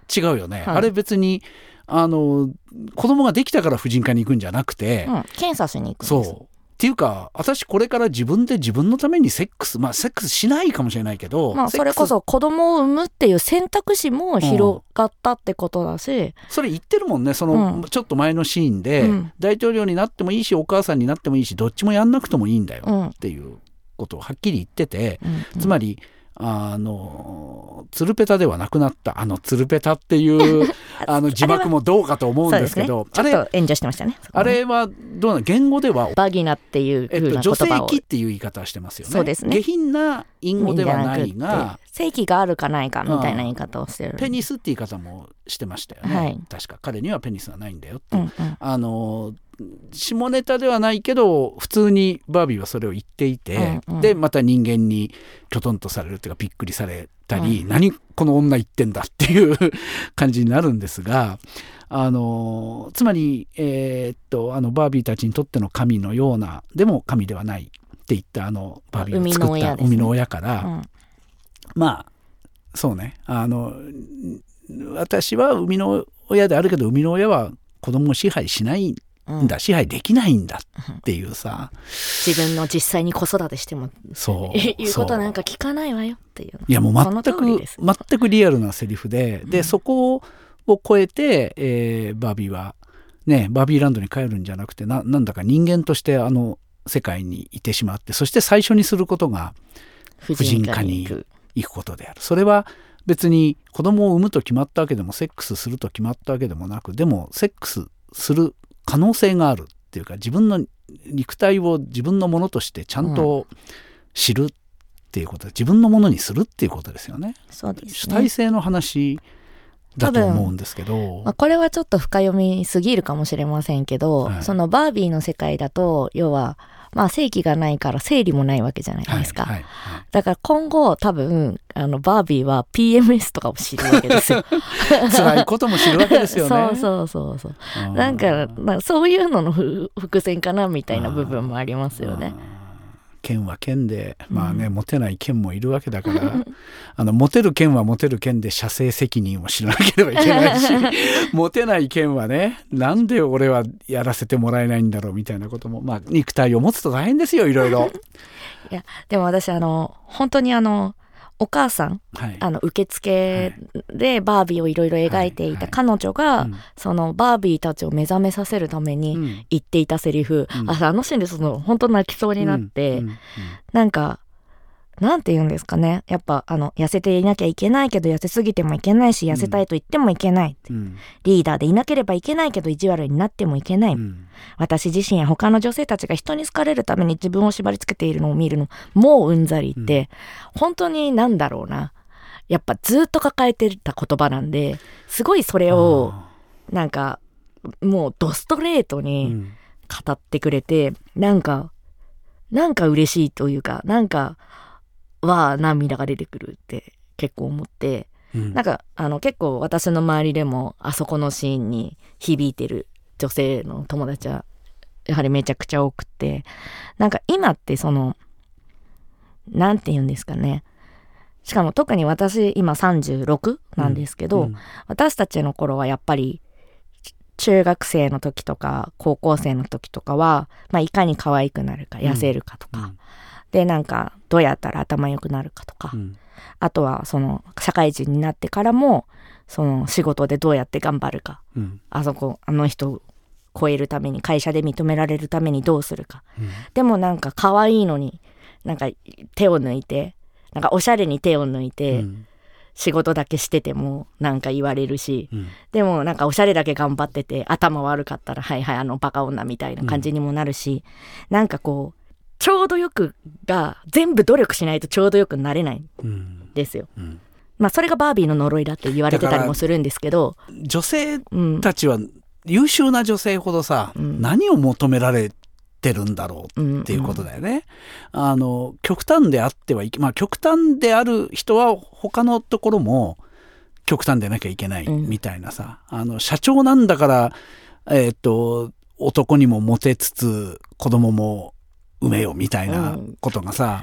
違うよね、はい、あれ別にあの子供ができたから婦人科に行くんじゃなくて、 うん、検査しに行くんです。 そうっていうか私これから自分で自分のためにセックスまあセックスしないかもしれないけど、 まあ、それこそ子供を産むっていう選択肢も広がったってことだし、うん、 それ言ってるもんねその、うん、ちょっと前のシーンで、うん、大統領になってもいいしお母さんになってもいいしどっちもやんなくてもいいんだよっていうことをはっきり言ってて、うん、つまりあのツルペタではなくなったあのツルペタっていうあの字幕もどうかと思うんですけど、 あれちょっと炎上してましたね。 あれはどうな言語ではバギナっていう風な言葉を、 えっと、女性器っていう言い方をしてますよね。 そうですね。 下品な隠語ではないが性器があるかないかみたいな言い方をしてる。 ペニスって言い方もしてましたよね、はい、確か彼にはペニスはないんだよって、うんうん、あの下ネタではないけど普通にバービーはそれを言っていて、うんうん、でまた人間にきょとんとされるっていうかびっくりされたり、うん、何この女言ってんだっていう感じになるんですが、あのつまり、えー、っとあのバービーたちにとっての神のようなでも神ではないって言ったあのバービーを作った生みの親から、うん、まあそうねあの私は生みの親であるけど生みの親は子供を支配しないんだ、うん、支配できないんだっていうさ、 自分の実際に子育てしてもそういうことなんか聞かないわよっていう。 いやもう全く全くリアルなセリフで、で、うん、そこを超えて、えー、バービーはねバービーランドに帰るんじゃなくて な, なんだか人間としてあの世界にいてしまって、そして最初にすることが婦人科に行くことである。それは別に子供を産むと決まったわけでもセックスすると決まったわけでもなく、でもセックスする可能性があるっていうか自分の肉体を自分のものとしてちゃんと知るっていうことで、うん、自分のものにするっていうことですよね。 そうですね。 主体性の話だと思うんですけど、 まあ、これはちょっと深読みすぎるかもしれませんけど、はい、そのバービーの世界だと要はまあ性器がないから生理もないわけじゃないですか、はいはいはい、だから今後多分あのバービーは ピーエムエス とかを知るわけですよ辛いことも知るわけですよねそうそうそうそうなんか、まあ、そういうのの伏線かなみたいな部分もありますよね。 剣は剣でまあね、うん、モテない剣もいるわけだからあのモテる剣はモテる剣で射精責任を知らなければいけないしモテない剣はねなんで俺はやらせてもらえないんだろうみたいなことも、まあ肉体を持つと大変ですよいろいろいやでも私あの本当にあのお母さん、はい、あの受付でバービーをいろいろ描いていた彼女が、はいはいうん、そのバービーたちを目覚めさせるために言っていたセリフ、うん、あ, あのシーンでその本当泣きそうになって、うんうんうん、なんかなんて言うんですかねやっぱあの痩せていなきゃいけないけど痩せすぎてもいけないし痩せたいと言ってもいけないって、うん、リーダーでいなければいけないけど意地悪になってもいけない、うん、私自身や他の女性たちが人に好かれるために自分を縛り付けているのを見るのもううんざりって、うん、本当になんだろうなやっぱずっと抱えてた言葉なんですごいそれをなんかもうドストレートに語ってくれて、うん、なんかなんか嬉しいというかなんかは涙が出てくるって結構思って、うん、なんかあの結構私の周りでもあそこのシーンに響いてる女性の友達はやはりめちゃくちゃ多くて、なんか今ってそのなんて言うんですかね、しかも特に私今さんじゅうろくなんですけど、うんうん、私たちの頃はやっぱり中学生の時とか高校生の時とかは、まあ、いかに可愛くなるか痩せるかとか、うんうんでなんかどうやったら頭良くなるかとか、うん、あとはその社会人になってからもその仕事でどうやって頑張るか、うん、あそこあの人を超えるために会社で認められるためにどうするか、うん、でもなんか可愛いのになんか手を抜いてなんかおしゃれに手を抜いて、うん、仕事だけしててもなんか言われるし、うん、でもなんかおしゃれだけ頑張ってて頭悪かったらはいはいあのバカ女みたいな感じにもなるし、うん、なんかこうちょうどよくが全部努力しないとちょうどよくなれないんですよ、うんうん、まあそれがバービーの呪いだって言われてたりもするんですけど、 女性たちは優秀な女性ほどさ、うん、何を求められてるんだろうっていうことだよね、うんうん、あの極端であってはいけまあ極端である人は他のところも極端でなきゃいけないみたいなさ、うん、あの社長なんだからえー、っと男にもモテつつ子供も産めよみたいなことがさ、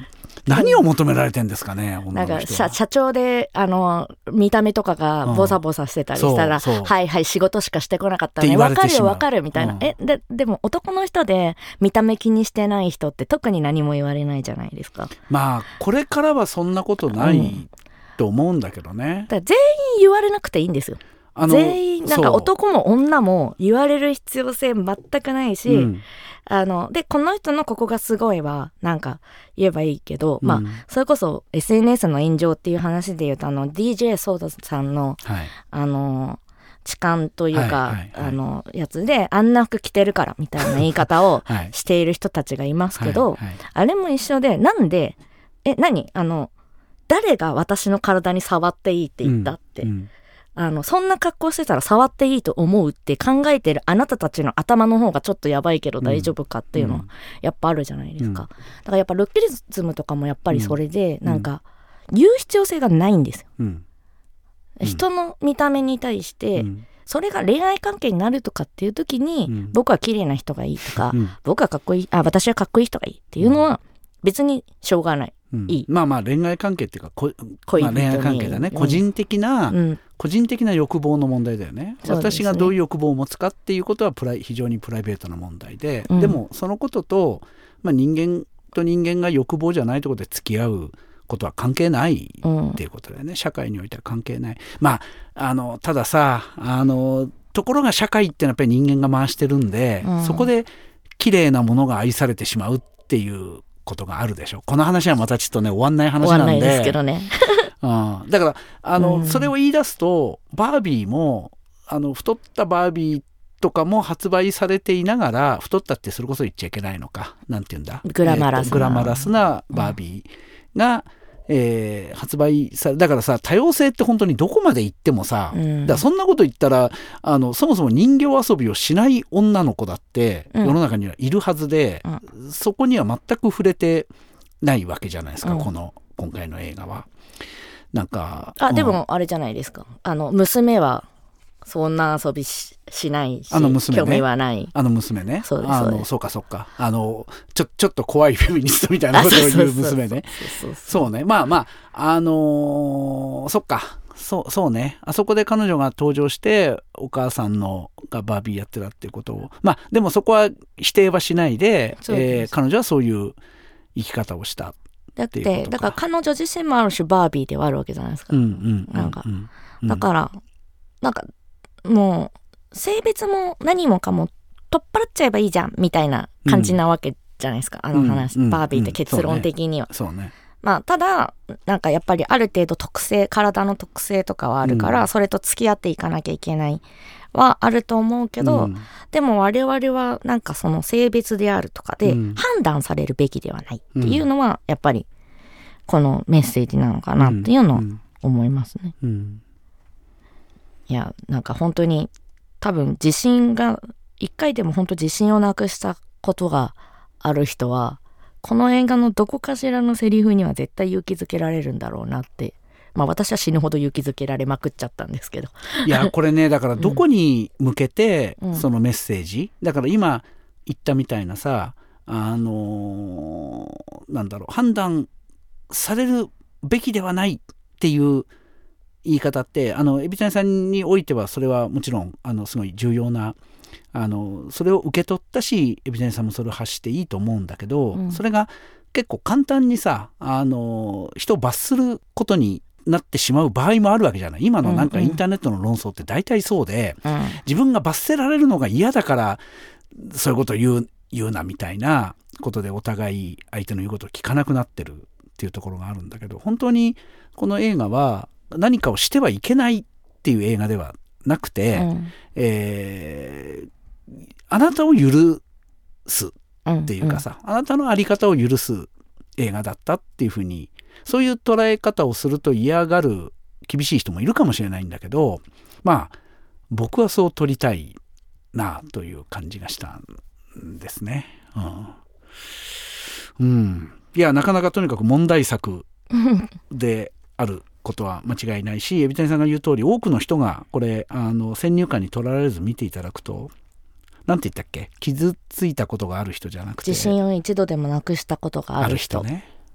何を求められてんですかね、 なんか 社, 社長であの見た目とかがボサボサしてたりしたら、うん、はいはい仕事しかしてこなかったね、分かるよ分かるみたいな、うん、え で, でも男の人で見た目気にしてない人って特に何も言われないじゃないですか。 まあこれからはそんなことない、うんと思うんだけどね。 だから全員言われなくていいんですよ。全員なんか男も女も言われる必要性全くないし、うん、あのでこの人のここがすごいはなんか言えばいいけど、うん、まあそれこそ エスエヌエス の炎上っていう話で言うとあの ディージェー ソーダさんの、はい、あの痴漢というか、はいはいはい、あのやつであんな服着てるからみたいな言い方をしている人たちがいますけど、はいはいはい、あれも一緒で、なんでえ何あの誰が私の体に触っていいって言ったって、うんうん、あのそんな格好してたら触っていいと思うって考えてるあなたたちの頭の方がちょっとやばいけど大丈夫かっていうのはやっぱあるじゃないですか、うん、だからやっぱルッキズムとかもやっぱりそれでなんか言う必要性がないんですよ、うんうん、人の見た目に対してそれが恋愛関係になるとかっていう時に、うん、僕は綺麗な人がいいとか、うん、僕はかっこいいあ私はかっこいい人がいいっていうのは別にしょうがない、うん、いいまあまあ恋愛関係っていうかこ、まあ、恋愛関係だね、うん、個人的な、うん、個人的な欲望の問題だよ ね, ね私がどういう欲望を持つかっていうことはプライ非常にプライベートな問題で、うん、でもそのことと、まあ、人間と人間が欲望じゃないところで付き合うことは関係ないっていうことだよね、うん、社会においては関係ない。まああのたださあのところが社会ってのはやっぱり人間が回してるんで、うん、そこで綺麗なものが愛されてしまうっていうことがあるでしょ。この話はまたちょっとね終わんない話なんで、終わんないですけどねうん、だからあの、うん、それを言い出すとバービーもあの太ったバービーとかも発売されていながら、太ったってそれこそ言っちゃいけないのかなんていうんだグラマラスな、えー、 グラマラスなバービーが、うんえー、発売されだからさ、多様性って本当にどこまで行ってもさ、うん、だからそんなこと言ったらあのそもそも人形遊びをしない女の子だって世の中にはいるはずで、うん、そこには全く触れてないわけじゃないですか、うん、この今回の映画は。なんかあ、うん、でもあれじゃないですか、あの娘はそんな遊び し, しないし、あの娘、ね、興味はない。 あの娘ね。そうです。あのそうかそうか。あのちょちょっと怖いフェミニストみたいなことを言う娘ね。そうね。まあまああのー、そっか。そうそうね。あそこで彼女が登場してお母さんのがバービーやってたっていうことを、まあでもそこは否定はしないで、えー、彼女はそういう生き方をした。 だってだから彼女自身もある種バービーではあるわけじゃないですか。うんうんうんうん、なんかだからなんか。もう性別も何もかも取っ払っちゃえばいいじゃんみたいな感じなわけじゃないですか、うん、あの話、うん、バービーって結論的には、 うんそうねそうね、 まあただなんかやっぱりある程度特性体の特性とかはあるから、うん、それと付き合っていかなきゃいけないはあると思うけど、うん、でも我々はなんかその性別であるとかで判断されるべきではないっていうのはやっぱりこのメッセージなのかなっていうのを思いますね、うんうんいやなんか本当に多分自信が一回でも本当自信をなくしたことがある人はこの映画のどこかしらのセリフには絶対勇気づけられるんだろうなって、まあ私は死ぬほど勇気づけられまくっちゃったんですけどいやこれねだからどこに向けてそのメッセージ、うん、だから今言ったみたいなさあのー、なんだろう判断されるべきではないっていう言い方ってあのエビちゃんさんにおいてはそれはもちろんあのすごい重要なあのそれを受け取ったしエビちゃんさんもそれを発していいと思うんだけど、うん、それが結構簡単にさあの人を罰することになってしまう場合もあるわけじゃない。今のなんかインターネットの論争って大体そうで、うんうん、自分が罰せられるのが嫌だからそういうことを言う、言うなみたいなことでお互い相手の言うことを聞かなくなってるっていうところがあるんだけど、本当にこの映画は何かをしてはいけないっていう映画ではなくて、うんえー、あなたを許すっていうかさ、うんうん、あなたの在り方を許す映画だったっていうふうにそういう捉え方をすると嫌がる厳しい人もいるかもしれないんだけど、まあ僕はそう撮りたいなという感じがしたんですね。うん、うん、いやなかなかとにかく問題作であることは間違いないし、エビタニさんが言う通り多くの人がこれあの先入観に取られず見ていただくと、なんて言ったっけ、傷ついたことがある人じゃなくて自信を一度でもなくしたことがある人、 ある人ね。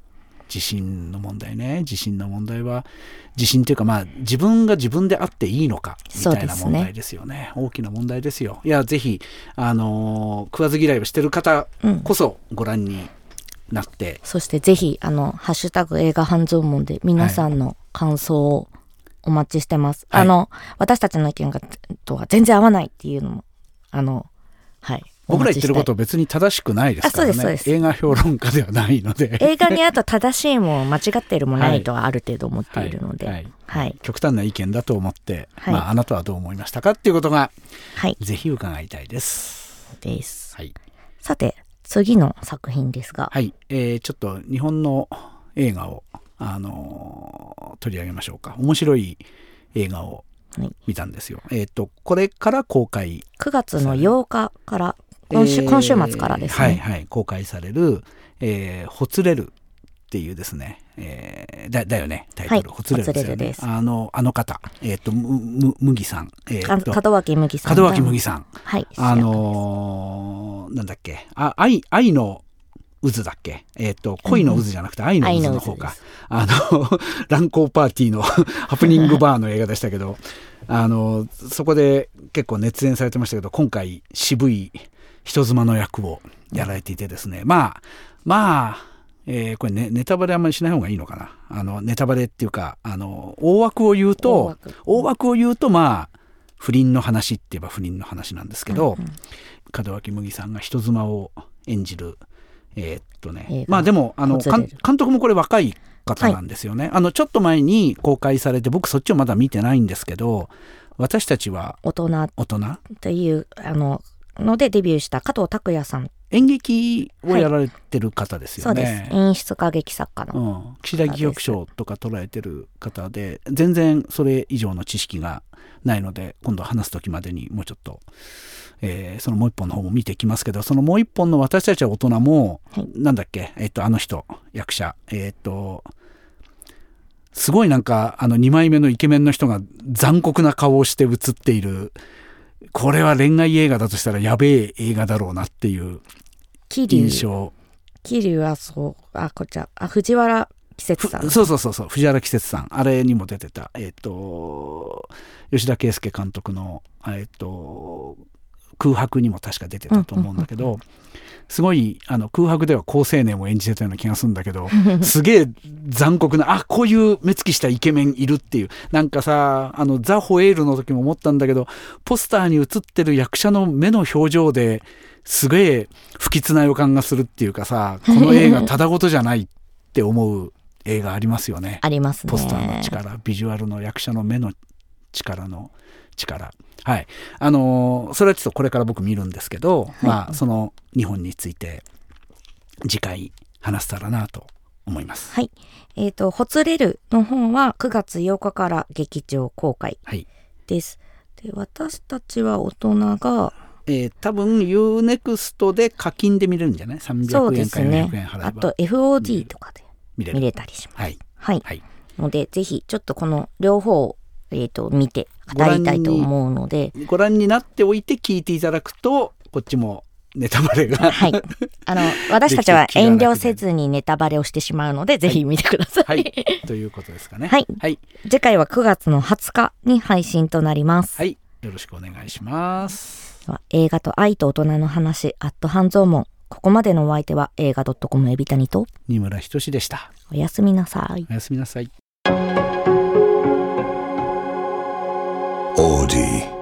地震の問題ね。地震の問題は地震というか、まあ自分が自分であっていいのかみたいな問題ですよ ね, ね大きな問題ですよ。いやぜひあのー、食わず嫌いをしてる方こそご覧になって、うん、 そしてぜひあのハッシュタグ映画半蔵門で皆さんの感想をお待ちしてます、はい、あの私たちの意見がとは全然合わないっていうのもあのはい僕ら言ってること別に正しくないですからね。そうですそうです。映画評論家ではないので映画にあと正しいも間違っているもないとはある程度思っているので、はいはいはい、極端な意見だと思って、はいまあ、あなたはどう思いましたかっていうことが、はい、ぜひ伺いたいですです、はい、さて次の作品ですが、 はいえー、ちょっと日本の映画を、あのー、取り上げましょうか。面白い映画を見たんですよ、はい、えーとこれから公開くがつのようかから今週、えー、今週末からですね、 はいはい、公開される、えー、ほつれるっていうですね、えー、だ, だよねタイトル、はい、ほつれるですよね。あのあの方、えーとむ麦さん、えー、と門脇麦さん門脇麦さん、 はい、 あのー、なんだっけあ 愛, 愛の渦だっけ、えー、と恋の渦じゃなくて愛の渦の方か、うん、あの乱交パーティーのハプニングバーの映画でしたけどあのそこで結構熱演されてましたけど、今回渋い人妻の役をやられていてですね、まあまあ、えー、これ、ね、ネタバレあんまりしない方がいいのかな。あのネタバレっていうかあの大枠を言うと大 枠, 大枠を言うとまあ不倫の話って言えば不倫の話なんですけど、うんうん、門脇麦さんが人妻を演じるえー、っとねまあでもあの監督もこれ若い方なんですよね、はい、あのちょっと前に公開されて僕そっちをまだ見てないんですけど、私たちは大人大人っていうあののでデビューした加藤拓也さん、 演劇をやられてる方ですよね、はい、 そうです。演出歌劇作家の、 うん、岸田戯曲賞とか捉えてる方で全然それ以上の知識がないので今度話す時までにもうちょっと、えー、そのもう一本の方も見ていきますけど、そのもう一本の私たちは大人も、はい、なんだっけ、えっとあの人役者えっとすごいなんかあのにまいめのイケメンの人が残酷な顔をして映っている、これは恋愛映画だとしたらやべえ映画だろうなっていう印象。 桐生はそうあこっちはあ藤原季節さん、 そうそうそうそう藤原季節さん、あれにも出てたえっ、ー、と吉田圭佑監督のえっ、ー、と空白にも確か出てたと思うんだけど、うんうんうん、すごいあの空白では好青年を演じてたような気がするんだけどすげえ残酷なあこういう目つきしたイケメンいるっていう、なんかさあのザ・ホエールの時も思ったんだけどポスターに映ってる役者の目の表情ですげえ不吉な予感がするっていうかさ、この映画ただごとじゃないって思う映画ありますよね。 ありますね。 ポスターの力、ビジュアルの役者の目の力の力、はい、あのー、それはちょっとこれから僕見るんですけど、はい、まあその日本について次回話せたらなと思います。 はい、えっとほつれるの方はくがつようかから劇場公開です。はい、で私たちは大人がえー、多分 ユーネクスト で課金で見れるんじゃない？さんびゃくえんかよんひゃくえん払えば、 あと エフオーディー とかで見れ, 見れたりします。はい、はいはい、のでぜひちょっとこの両方、えー、と見て語りたいと思うのでご覧になっておいて聞いていただくとこっちもネタバレが、 はい、あの私たちは遠慮せずにネタバレをしてしまうのでぜひ見てください、 はいはい、ということですかね。 はい、はい、次回はくがつのはつかに配信となります。 はい、よろしくお願いします。 映画と愛と大人の話アット半蔵門、ここまでのお相手は映画 .com エビタニと二村仁でした。 おやすみなさい。 おやすみなさい。 オーディ